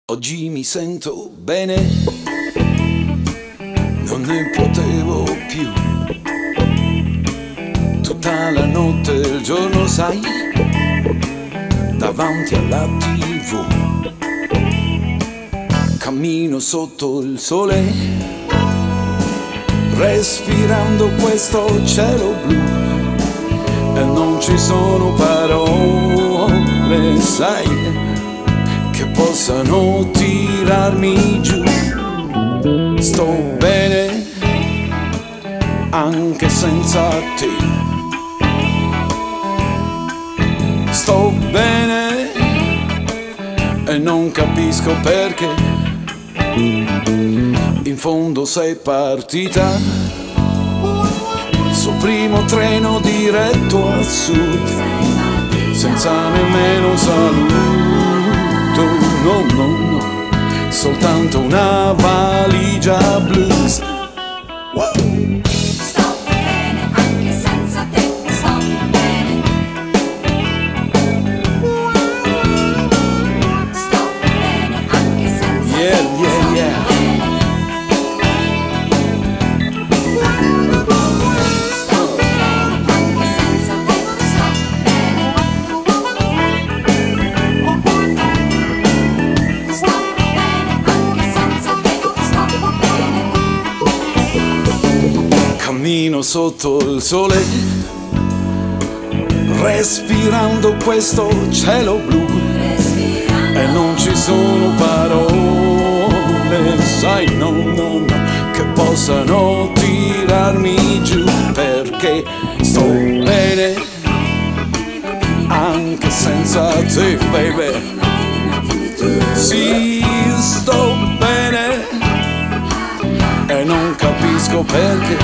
Oggi mi sento bene, non ne potevo più. Tutta la notte e il giorno, sai, davanti alla TV. Cammino sotto il sole, respirando questo cielo blu. E non ci sono parole, sai, che possano tirarmi giù. Sto bene anche senza te. Sto bene e non capisco perché. In fondo sei partita sul primo treno diretto al sud, senza nemmeno un saluto. No, no, no, soltanto una valigia blues. Wow. Sto bene anche senza te, sto bene. Sto bene anche senza te, Yeah, yeah, yeah. sto bene anche senza te, sto bene. Sto bene anche senza te, sto bene. Cammino sotto il sole, respirando questo cielo blu. E non ci sono parole, sai, no, no, no, che possano tirarmi giù. Perché sto bene anche senza te, baby. Sì, sto bene e non capisco perché.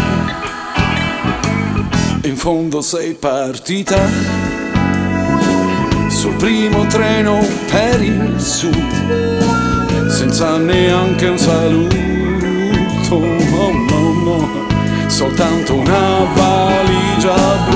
In fondo sei partita sul primo treno per il sud, senza neanche un saluto. No, no, no, soltanto una valigia blu.